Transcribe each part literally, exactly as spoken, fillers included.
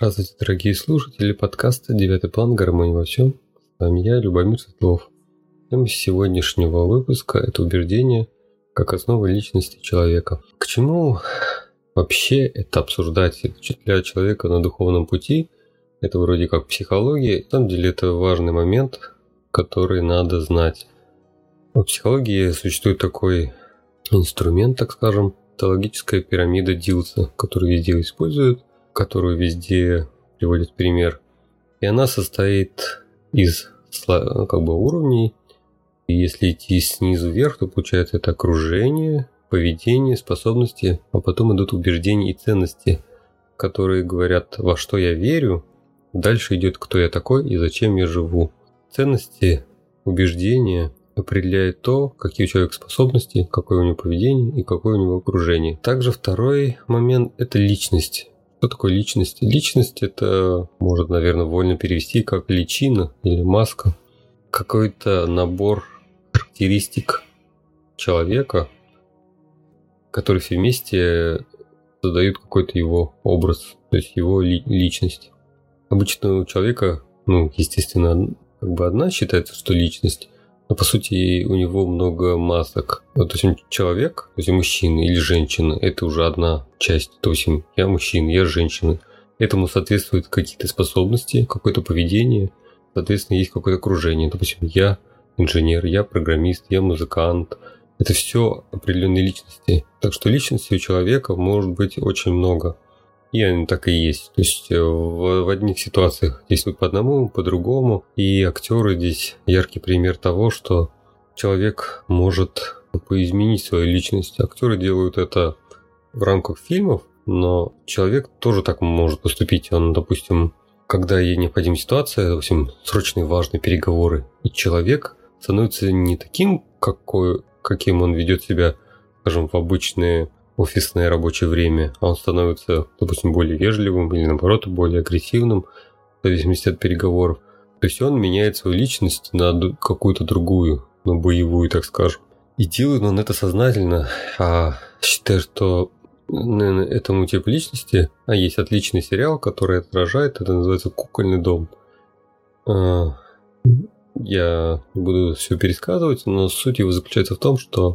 Здравствуйте, дорогие слушатели подкаста «Девятый план. Гармония во всем». С вами я, Любомир Светлов. Тема сегодняшнего выпуска – это убеждение как основа личности человека. К чему вообще это обсуждать для человека на духовном пути? Это вроде как психология. На самом деле это важный момент, который надо знать. В психологии существует такой инструмент, так скажем, теологическая пирамида Дилса, которую везде используют, которую везде приводят в пример. И она состоит из как бы уровней. И если идти снизу вверх, то получается это окружение, поведение, способности, а потом идут убеждения и ценности, которые говорят, во что я верю. Дальше идет, кто я такой и зачем я живу. Ценности, убеждения определяет то, какие у человека способности, какое у него поведение и какое у него окружение. Также второй момент – это личность. Что такое личность? Личность – это, можно, наверное, вольно перевести как личина или маска. Какой-то набор характеристик человека, которые все вместе создают какой-то его образ, то есть его ли- личность. Обычно у человека, ну, естественно, как бы одна считается, что личность, но по сути у него много масок. То есть он человек, то есть мужчина или женщина, это уже одна часть. То есть я мужчина, я женщина. Этому соответствуют какие-то способности, какое-то поведение, соответственно, есть какое-то окружение. Допустим, я инженер, я программист, я музыкант. Это все определенные личности. Так что личностей у человека может быть очень много. И они так и есть. То есть в, в одних ситуациях действуют по одному, по другому. И актеры здесь яркий пример того, что человек может поизменить свою личность. Актеры делают это в рамках фильмов, но человек тоже так может поступить. Он, допустим, когда ей необходима ситуация, допустим, срочные важные переговоры, и человек становится не таким, какой, каким он ведет себя, скажем, в обычные офисное рабочее время, а он становится, допустим, более вежливым или, наоборот, более агрессивным, в зависимости от переговоров. То есть он меняет свою личность на какую-то другую, на боевую, так скажем. И делает он это сознательно. А считаю, что, наверное, этому типу личности, а есть отличный сериал, который отражает, это называется «Кукольный дом». Я не буду все пересказывать, но суть его заключается в том, что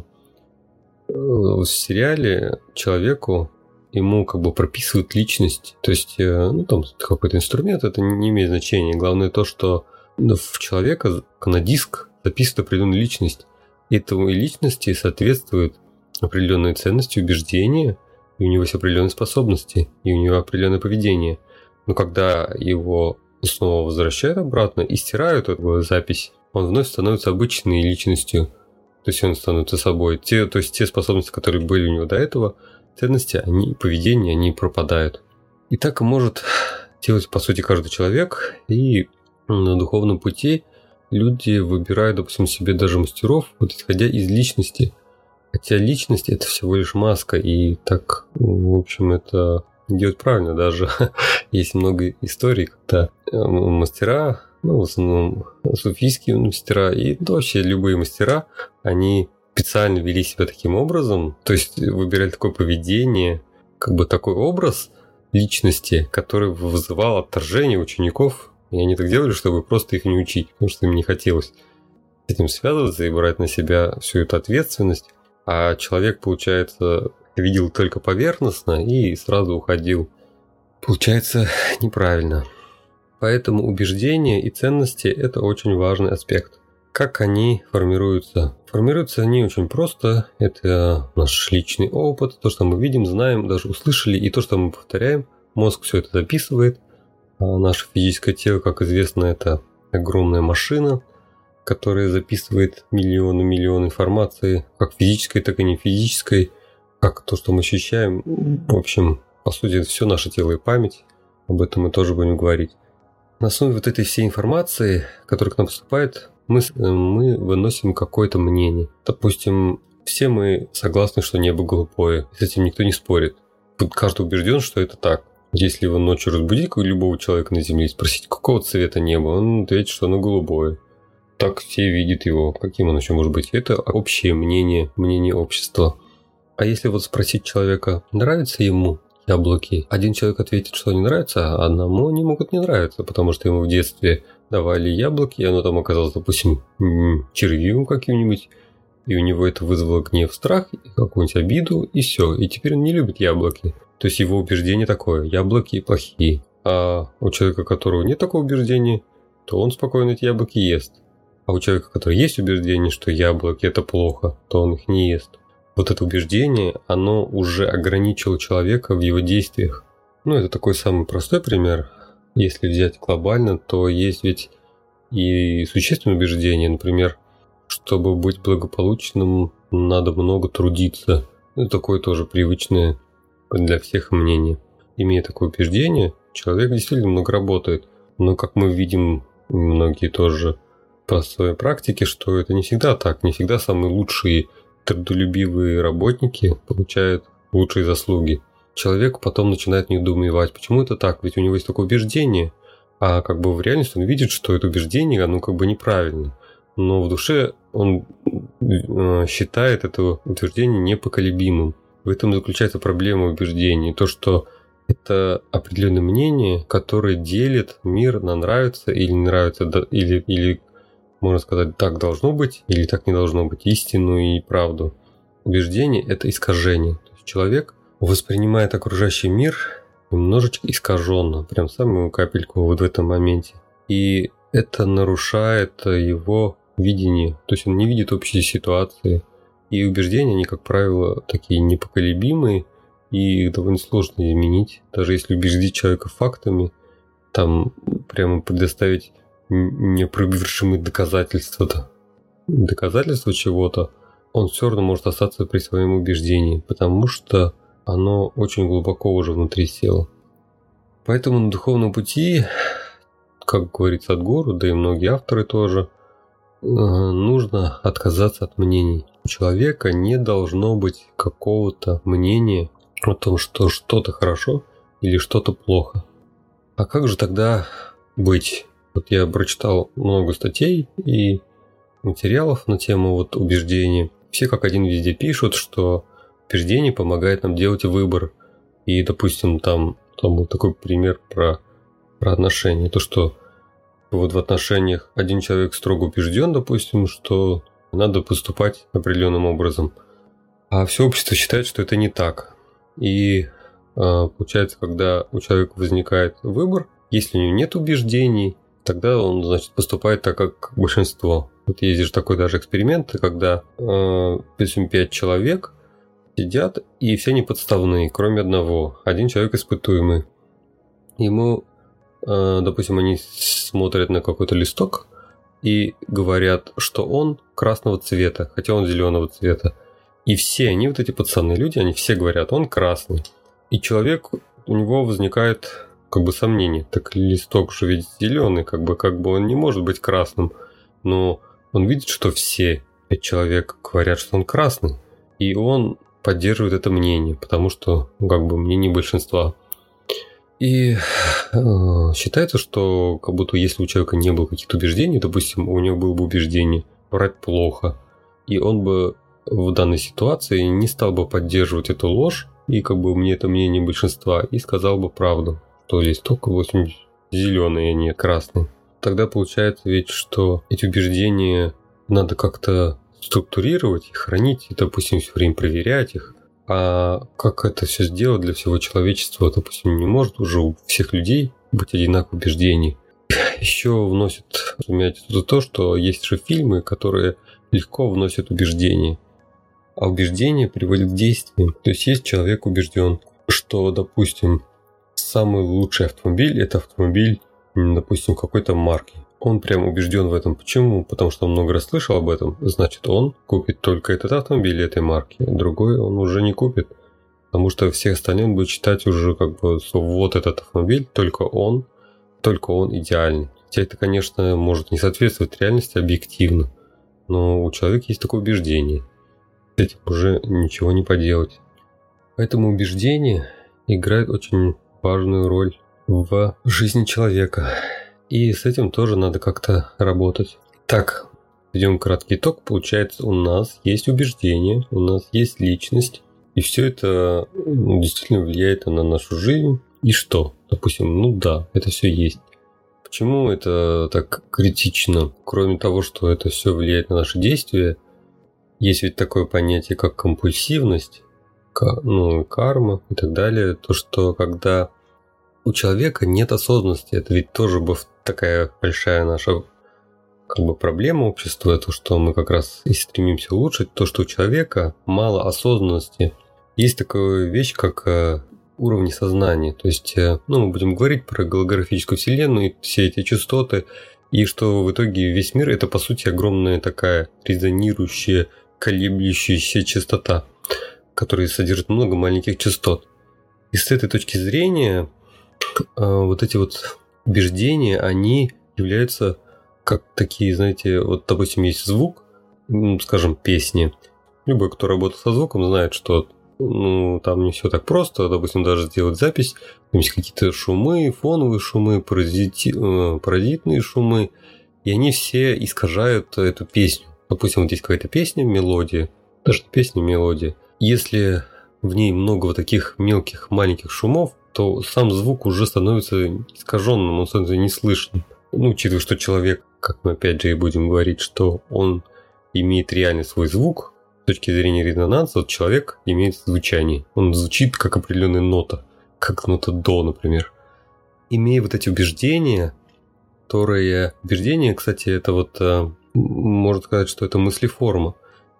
в сериале человеку ему как бы прописывают личность. То есть, ну там какой-то инструмент, это не имеет значения. Главное то, что в человека на диск записывает определенную личность. И этому личности соответствуют определенные ценности, убеждения, и у него есть определенные способности, и у него определенное поведение. Но когда его снова возвращают обратно и стирают эту запись, он вновь становится обычной личностью. То есть он становится собой. Те, то есть те способности, которые были у него до этого, ценности, они, поведение, они пропадают. И так может делать, по сути, каждый человек. И на духовном пути люди выбирают, допустим, себе даже мастеров, вот исходя из личности. Хотя личность – это всего лишь маска. И так, в общем, это делать правильно. Даже есть много историй, когда мастера, ну, в основном суфийские мастера и да, вообще любые мастера, они специально вели себя таким образом, то есть выбирали такое поведение, как бы такой образ личности, который вызывал отторжение учеников, и они так делали, чтобы просто их не учить, потому что им не хотелось с этим связываться и брать на себя всю эту ответственность, а человек, получается, видел только поверхностно и сразу уходил. Получается неправильно. Поэтому убеждения и ценности – это очень важный аспект. Как они формируются? Формируются они очень просто. Это наш личный опыт, то, что мы видим, знаем, даже услышали, и то, что мы повторяем. Мозг все это записывает. А наше физическое тело, как известно, это огромная машина, которая записывает миллионы-миллионы информации, как физической, так и не физической, как то, что мы ощущаем. В общем, по сути, это все наше тело и память. Об этом мы тоже будем говорить. На основе вот этой всей информации, которая к нам поступает, мы, мы выносим какое-то мнение. Допустим, все мы согласны, что небо голубое. С этим никто не спорит. Тут каждый убежден, что это так. Если вы ночью разбудите любого человека на Земле и спросите, какого цвета небо, он ответит, что оно голубое. Так все видят его. Каким оно еще может быть? Это общее мнение, мнение общества. А если вот спросить человека, нравится ему яблоки. Один человек ответит, что не нравится, а одному они могут не нравиться, потому что ему в детстве давали яблоки, и оно там оказалось, допустим, червивым каким-нибудь, и у него это вызвало гнев, страх, какую-нибудь обиду, и все. И теперь он не любит яблоки. То есть его убеждение такое: яблоки плохие. А у человека, у которого нет такого убеждения, то он спокойно эти яблоки ест. А у человека, у которого есть убеждение, что яблоки это плохо, то он их не ест. Вот это убеждение, оно уже ограничило человека в его действиях. Ну, это такой самый простой пример. Если взять глобально, то есть ведь и существенные убеждения. Например, чтобы быть благополучным, надо много трудиться. Это такое тоже привычное для всех мнение. Имея такое убеждение, человек действительно много работает. Но, как мы видим, многие тоже по своей практике, что это не всегда так. Не всегда самые лучшие трудолюбивые работники получают лучшие заслуги. Человек потом начинает недоумевать, почему это так, ведь у него есть такое убеждение, а как бы в реальности он видит, что это убеждение, оно как бы неправильно. Но в душе он считает это утверждение непоколебимым. В этом заключается проблема убеждений. То, что это определенное мнение, которое делит мир на нравится или не нравится, или, или можно сказать, так должно быть или так не должно быть, истину и правду. Убеждение – это искажение. То есть человек воспринимает окружающий мир немножечко искаженно, прям самую капельку вот в этом моменте. И это нарушает его видение, то есть он не видит общей ситуации. И убеждения, они, как правило, такие непоколебимые, и их довольно сложно изменить. Даже если убеждить человека фактами, там прямо предоставить неопровержимые доказательства, доказательства чего-то, он все равно может остаться при своем убеждении, потому что оно очень глубоко уже внутри села. Поэтому на духовном пути, как говорит Садхгуру, да и многие авторы тоже, нужно отказаться от мнений. У человека не должно быть какого-то мнения о том, что что-то хорошо или что-то плохо. А как же тогда быть? Вот я прочитал много статей и материалов на тему вот убеждений. Все как один везде пишут, что убеждение помогает нам делать выбор. И, допустим, там, там был такой пример про, про отношения. То, что вот в отношениях один человек строго убежден, допустим, что надо поступать определенным образом. А все общество считает, что это не так. И получается, когда у человека возникает выбор, если у него нет убеждений, тогда он, значит, поступает так, как большинство. Вот есть же такой даже эксперимент, когда, допустим, пять человек сидят, и все они подставные, кроме одного. Один человек испытуемый. Ему, допустим, они смотрят на какой-то листок и говорят, что он красного цвета, хотя он зеленого цвета. И все они, вот эти подставные люди, они все говорят, он красный. И человек, у него возникает как бы сомнение. Так листок же ведь зеленый, как бы, как бы он не может быть красным. Но он видит, что все пять человек говорят, что он красный. И он поддерживает это мнение, потому что, ну, как бы, мнение большинства. И э, считается, что как будто если у человека не было каких-то убеждений, допустим, у него было бы убеждение врать плохо, и он бы в данной ситуации не стал бы поддерживать эту ложь, и как бы мне это мнение большинства, и сказал бы правду, что листок восемь зеленый, а не красный. Тогда получается ведь, что эти убеждения надо как-то структурировать и хранить, и, допустим, все время проверять их. А как это все сделать для всего человечества, допустим, не может уже у всех людей быть одинаковых убеждений. Еще вносит, разумеется, то, что есть же фильмы, которые легко вносят убеждения. А убеждение приводит к действию. То есть есть человек убежден, что, допустим, самый лучший автомобиль – это автомобиль, допустим, какой-то марки. Он прям убежден в этом. Почему? Потому что он много раз слышал об этом. Значит, он купит только этот автомобиль этой марки. Другой он уже не купит. Потому что все остальные он будет считать уже как бы, что вот этот автомобиль, только он, только он идеальный. Хотя это, конечно, может не соответствовать реальности объективно. Но у человека есть такое убеждение. С этим уже ничего не поделать. Поэтому убеждение играет очень важную роль в жизни человека. И с этим тоже надо как-то работать. Так, идем краткий итог. Получается, у нас есть убеждение, у нас есть личность, И все это ну, действительно влияет на нашу жизнь. И что? Допустим, ну да, это все есть. Почему это так критично? Кроме того, что это все влияет на наши действия, есть ведь такое понятие, как компульсивность, ну, карма и так далее. То, что когда у человека нет осознанности, это ведь тоже такая большая наша как бы проблема общества, то, что мы как раз и стремимся улучшить, то, что у человека мало осознанности. Есть такая вещь, как уровни сознания. То есть, ну, мы будем говорить про голографическую вселенную и все эти частоты, и что в итоге весь мир – это, по сути, огромная такая резонирующая, колеблющаяся частота, которая содержит много маленьких частот. И с этой точки зрения вот эти вот убеждения, они являются как такие, знаете, вот, допустим, есть звук, скажем, песни. Любой, кто работает со звуком, знает, что ну, там не все так просто. Допустим, даже сделать запись, там есть какие-то шумы, фоновые шумы, паразити... паразитные шумы, и они все искажают эту песню. Допустим, вот есть какая-то песня, мелодия, даже не песня, мелодия. Если в ней много вот таких мелких, маленьких шумов, то сам звук уже становится искаженным, он становится неслышным. Ну, учитывая, что человек, как мы опять же и будем говорить, что он имеет реальный свой звук, с точки зрения резонанса, вот человек имеет звучание. Он звучит как определенная нота, как нота до, например. Имея вот эти убеждения, которые... Убеждения, кстати, это вот... Можно сказать, что это мыслеформа.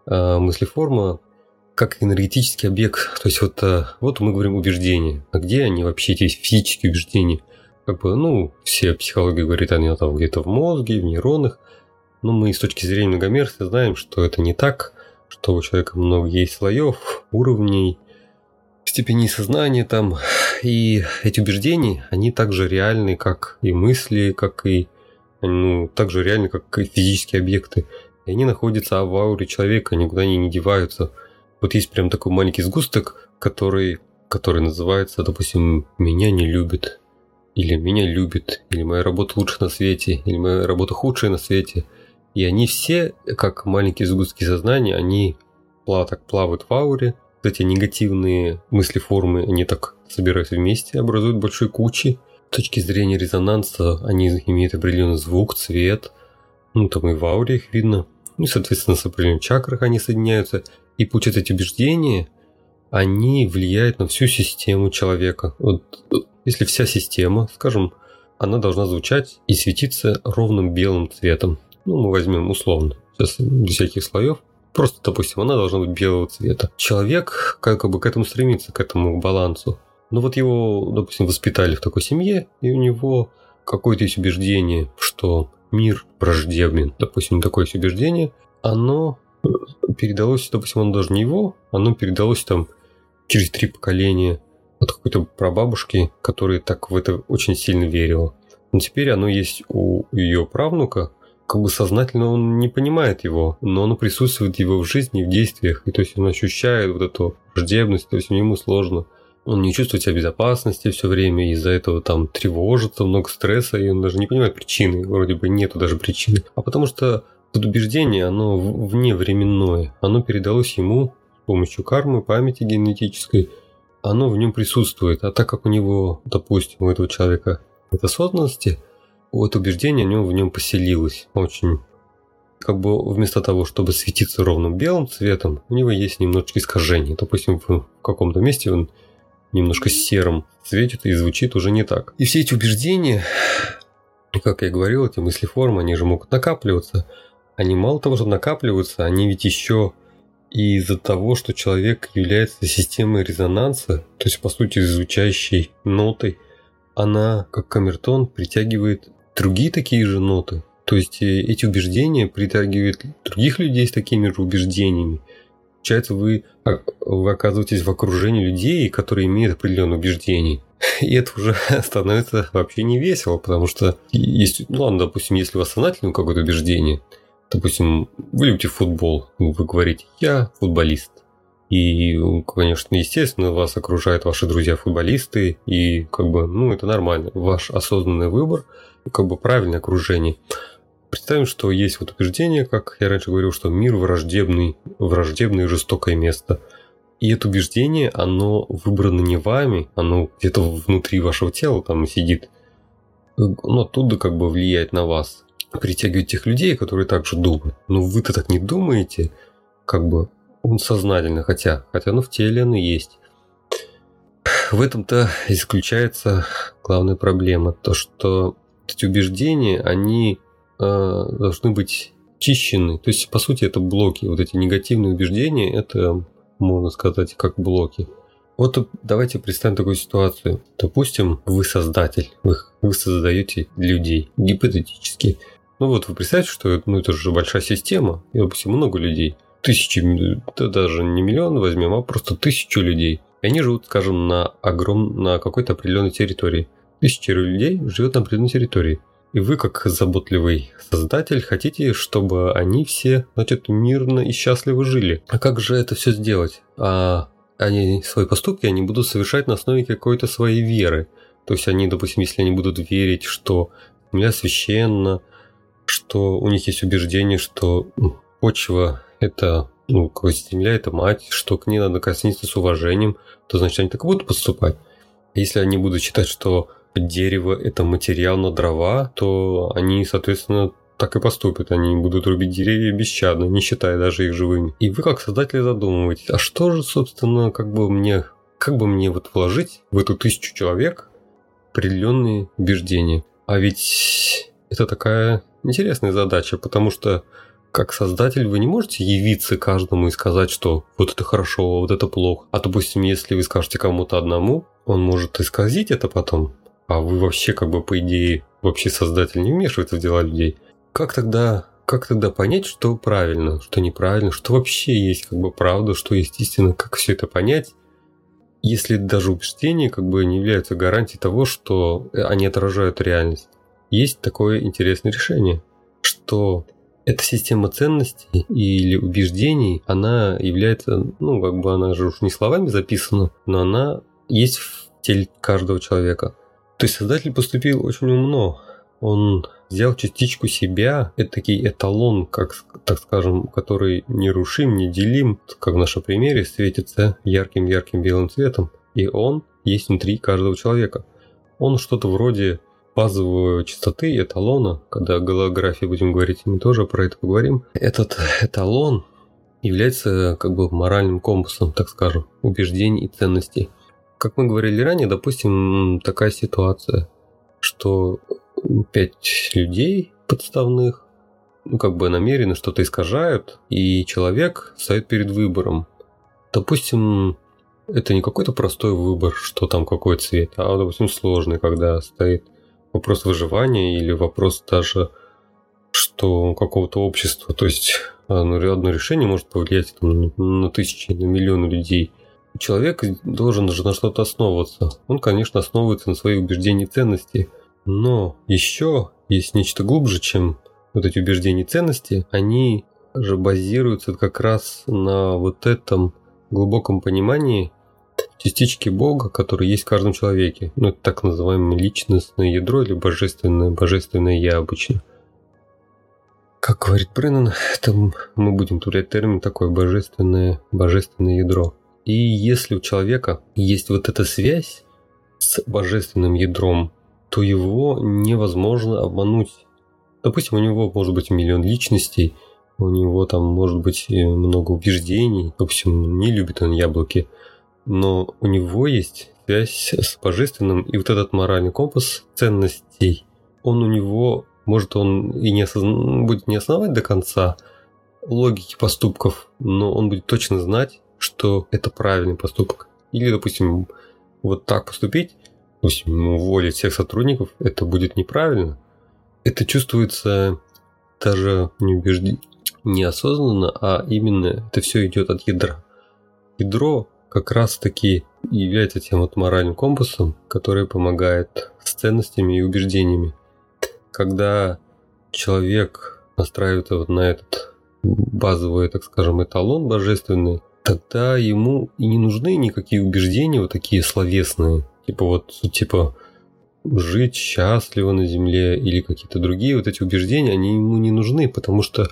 Мыслеформа как энергетический объект. То есть вот, вот мы говорим убеждения. А где они вообще, эти физические убеждения? Как бы, ну, все психологи говорят, они там где-то в мозге, в нейронах. Но мы с точки зрения многомерности знаем, что это не так, что у человека много есть слоев, уровней, степеней сознания там. И эти убеждения, они также реальны, как и мысли, как и ну, так же реальны, как и физические объекты. И они находятся в ауре человека, никуда они не деваются. Вот есть прям такой маленький сгусток, который, который называется, допустим, «Меня не любит», или «Меня любит», или «Моя работа лучше на свете», или «Моя работа худшая на свете». И они все, как маленькие сгустки сознания, они так плавают в ауре. Эти негативные мыслеформы, они так собираются вместе, образуют большой кучи. С точки зрения резонанса они имеют определенный звук, цвет. Ну, там и в ауре их видно. Ну, и, соответственно, с определенными чакрах они соединяются. И, получается, эти убеждения, они влияют на всю систему человека. Вот, если вся система, скажем, она должна звучать и светиться ровным белым цветом. Ну, мы возьмем условно, сейчас без всяких слоев. Просто, допустим, она должна быть белого цвета. Человек как бы к этому стремится, к этому балансу. Но вот его, допустим, воспитали в такой семье, и у него какое-то есть убеждение, что мир враждебен. Допустим, такое есть убеждение, оно передалось, допустим, оно даже не его, оно передалось там через три поколения от какой-то прабабушки, которая так в это очень сильно верила. Но теперь оно есть у ее правнука, как бы сознательно он не понимает его, но оно присутствует в его жизни, в действиях, и то есть он ощущает вот эту враждебность, то есть ему сложно. Он не чувствует себя в безопасности все время, из-за этого там тревожится, много стресса, и он даже не понимает причины, вроде бы нету даже причины. А потому что тут убеждение, оно вневременное, оно передалось ему с помощью кармы, памяти генетической, оно в нем присутствует. А так как у него, допустим, у этого человека нет осознанности, это убеждение у него в нем поселилось очень. Как бы вместо того, чтобы светиться ровным белым цветом, у него есть немножечко искажение. Допустим, в каком-то месте он немножко серым светит и звучит уже не так. И все эти убеждения, как я говорил, эти мыслеформы, они же могут накапливаться. Они мало того, что накапливаются, они ведь еще и из-за того, что человек является системой резонанса, то есть, по сути, звучащей нотой, она, как камертон, притягивает другие такие же ноты. То есть эти убеждения притягивают других людей с такими же убеждениями. Получается, вы, вы оказываетесь в окружении людей, которые имеют определенные убеждения. И это уже становится вообще не весело, потому что есть, ну ладно, допустим, если у вас сознательное какое-то убеждение, допустим, вы любите футбол, вы говорите «я футболист». И, конечно, естественно, вас окружают ваши друзья-футболисты, и как бы, ну, это нормально. Ваш осознанный выбор, как бы правильное окружение. Представим, что есть вот убеждение, как я раньше говорил, что мир враждебный, враждебное и жестокое место. И это убеждение, оно выбрано не вами, оно где-то внутри вашего тела там сидит. Оно оттуда как бы влияет на вас. Притягивает тех людей, которые так же думают. Но вы-то так не думаете, как бы сознательно, хотя, хотя оно в теле оно есть. В этом-то и заключается главная проблема. То, что эти убеждения, они э, должны быть чищены. То есть, по сути, это блоки. Вот эти негативные убеждения, это, можно сказать, как блоки. Вот давайте представим такую ситуацию. Допустим, вы создатель, вы, вы создаете людей, гипотетически. Ну вот вы представьте, что ну, это же большая система, и, допустим, много людей. Тысячи, да даже не миллион возьмем, а просто тысячу людей. И они живут, скажем, на, огром... на какой-то определенной территории. Тысяча людей живет на определенной территории. И вы, как заботливый создатель, хотите, чтобы они все, значит, мирно и счастливо жили. А как же это все сделать? А они свои поступки они будут совершать на основе какой-то своей веры. То есть они, допустим, если они будут верить, что земля священна, что у них есть убеждение, что почва – это, ну, земля – это мать, что к ней надо относиться с уважением, то, значит, они так и будут поступать. Если они будут считать, что дерево – это материал на дрова, то они, соответственно, так и поступят. Они будут рубить деревья бесщадно, не считая даже их живыми. И вы, как создатели, задумываетесь, а что же, собственно, как бы мне, как бы мне вот вложить в эту тысячу человек определенные убеждения? А ведь это такая интересная задача, потому что как создатель вы не можете явиться каждому и сказать, что вот это хорошо, вот это плохо. А допустим, если вы скажете кому-то одному, он может исказить это потом, а вы вообще как бы по идее вообще создатель не вмешивается в дела людей. Как тогда, как тогда понять, что правильно, что неправильно, что вообще есть как бы правда, что есть истина, как все это понять, если даже убеждения как бы не являются гарантией того, что они отражают реальность. Есть такое интересное решение, что эта система ценностей или убеждений, она является, ну как бы она же уж не словами записана, но она есть в теле каждого человека. То есть создатель поступил очень умно. Он взял частичку себя, это такой эталон, как, так скажем, который нерушим, неделим, как в нашем примере, светится ярким-ярким белым цветом. И он есть внутри каждого человека. Он что-то вроде базовой частоты эталона, когда о голографии будем говорить, мы тоже про это поговорим. Этот эталон является как бы моральным компасом, так скажем, убеждений и ценностей. Как мы говорили ранее, допустим, такая ситуация, что пять людей подставных, ну, как бы намеренно что-то искажают, и человек стоит перед выбором. Допустим, это не какой-то простой выбор, что там какой цвет, а, допустим, сложный, когда стоит вопрос выживания или вопрос даже что какого-то общества. То есть одно решение может повлиять там, на тысячи, на миллионы людей. Человек должен же на что-то основываться. Он, конечно, основывается на своих убеждениях и ценностях. Но еще есть нечто глубже, чем вот эти убеждения и ценности. Они же базируются как раз на вот этом глубоком понимании частички Бога, которые есть в каждом человеке. Ну, это так называемое личностное ядро или божественное, божественное я обычно. Как говорит Бреннан, это мы будем турять термин такой божественное, божественное ядро. И если у человека есть вот эта связь с божественным ядром, то его невозможно обмануть. Допустим, у него может быть миллион личностей, у него там может быть много убеждений, в общем, не любит он яблоки, но у него есть связь с божественным, и вот этот моральный компас ценностей, он у него, может, он и не осозна... будет не осознавать до конца логики поступков, но он будет точно знать, что это правильный поступок. Или, допустим, вот так поступить, допустим, уволить всех сотрудников, это будет неправильно. Это чувствуется даже не убежденно, неосознанно, а именно это все идет от ядра. Ядро как раз таки является тем вот моральным компасом, который помогает с ценностями и убеждениями. Когда человек настраивается вот на этот базовый, так скажем, эталон божественный, тогда ему и не нужны никакие убеждения вот такие словесные, типа вот, типа жить счастливо на земле или какие-то другие вот эти убеждения, они ему не нужны, потому что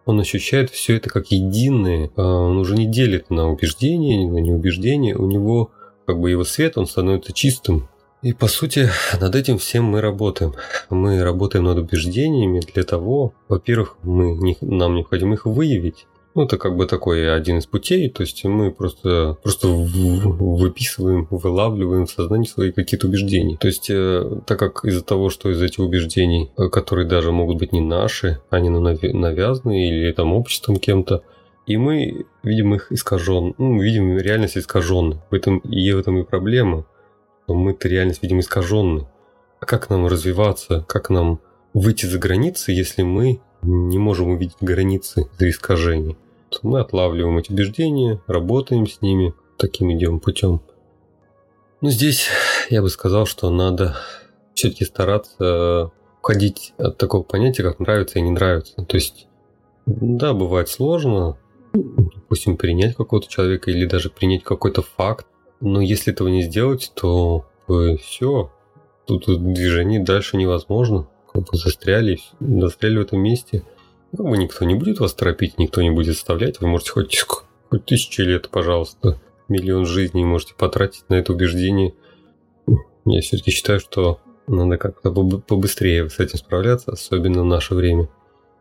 он ощущает все это как единое, он уже не делит на убеждения, на неубеждения, у него как бы его свет, он становится чистым. И по сути над этим всем мы работаем. Мы работаем над убеждениями для того, во-первых, мы не, нам необходимо их выявить. Ну, это как бы такой один из путей, то есть мы просто, просто выписываем, вылавливаем в сознании свои какие-то убеждения. То есть, так как из-за того, что из этих убеждений, которые даже могут быть не наши, они навязаны или там обществом кем-то, и мы видим их искаженно, ну, мы видим реальность искаженной. В этом и в этом и проблема, что мы-то реальность видим искаженной. А как нам развиваться, как нам выйти за границы, если мы не можем увидеть границы за искажений? Мы отлавливаем эти убеждения, работаем с ними, таким идем путем. Но здесь я бы сказал, что надо все-таки стараться уходить от такого понятия, как нравится и не нравится. То есть, да, бывает сложно, допустим, принять какого-то человека или даже принять какой-то факт, но если этого не сделать, то все, тут движение дальше невозможно. Как бы застряли, застряли в этом месте. Ну, никто не будет вас торопить, никто не будет заставлять. Вы можете хоть, хоть тысячи лет, пожалуйста, миллион жизней можете потратить на это убеждение. Я все-таки считаю, что надо как-то побыстрее с этим справляться, особенно в наше время.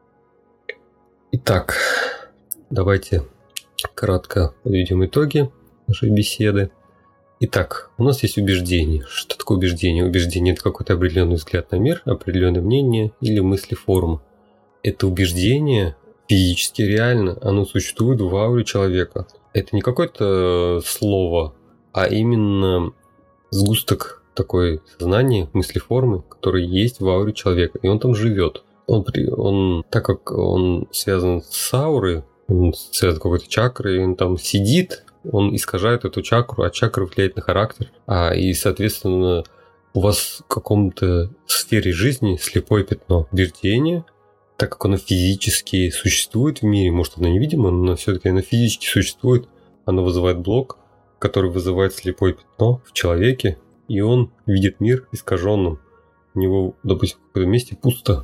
Итак, давайте кратко подведем итоги нашей беседы. Итак, у нас есть убеждение. Что такое убеждение? Убеждение – это какой-то определенный взгляд на мир, определенное мнение или мысли, форма. Это убеждение физически реально, оно существует в ауре человека. Это не какое-то слово, а именно сгусток такой сознания, мысли, формы, который есть в ауре человека, и он там живет. Он, он, так как он связан с аурой, он связан с какой-то чакрой, он там сидит, он искажает эту чакру, а чакра влияет на характер. А, и, соответственно, у вас в каком-то сфере жизни слепое пятно. Убеждение, так как оно физически существует в мире, может, оно невидимо, но все-таки оно физически существует, оно вызывает блок, который вызывает слепое пятно в человеке, и он видит мир искаженным. У него, допустим, в каком-то месте пусто.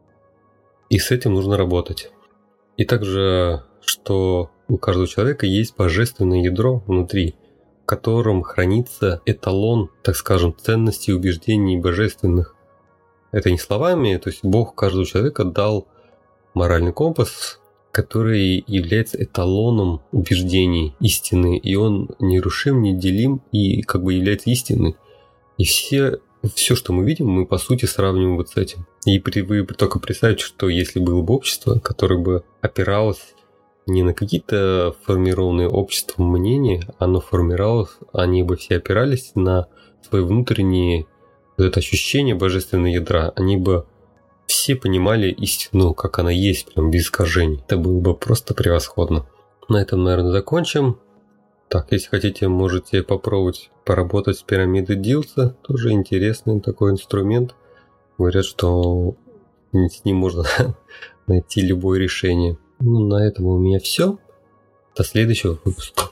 И с этим нужно работать. И также, что у каждого человека есть божественное ядро внутри, в котором хранится эталон, так скажем, ценностей, убеждений божественных. Это не словами, то есть Бог каждому человеку дал моральный компас, который является эталоном убеждений истины, и он нерушим, неделим и как бы является истиной. И все, все, что мы видим, мы по сути сравниваем вот с этим. И при, вы только представьте, что если было бы общество, которое бы опиралось не на какие-то формированные обществом мнения, оно формировалось, они бы все опирались на свои внутренние вот это ощущение божественного ядра, они бы все понимали истину, как она есть, прям без искажений. Это было бы просто превосходно. На этом, наверное, закончим. Так, если хотите, можете попробовать поработать с пирамидой Дилса. Тоже интересный такой инструмент. Говорят, что с ним можно найти любое решение. Ну, на этом у меня все. До следующего выпуска.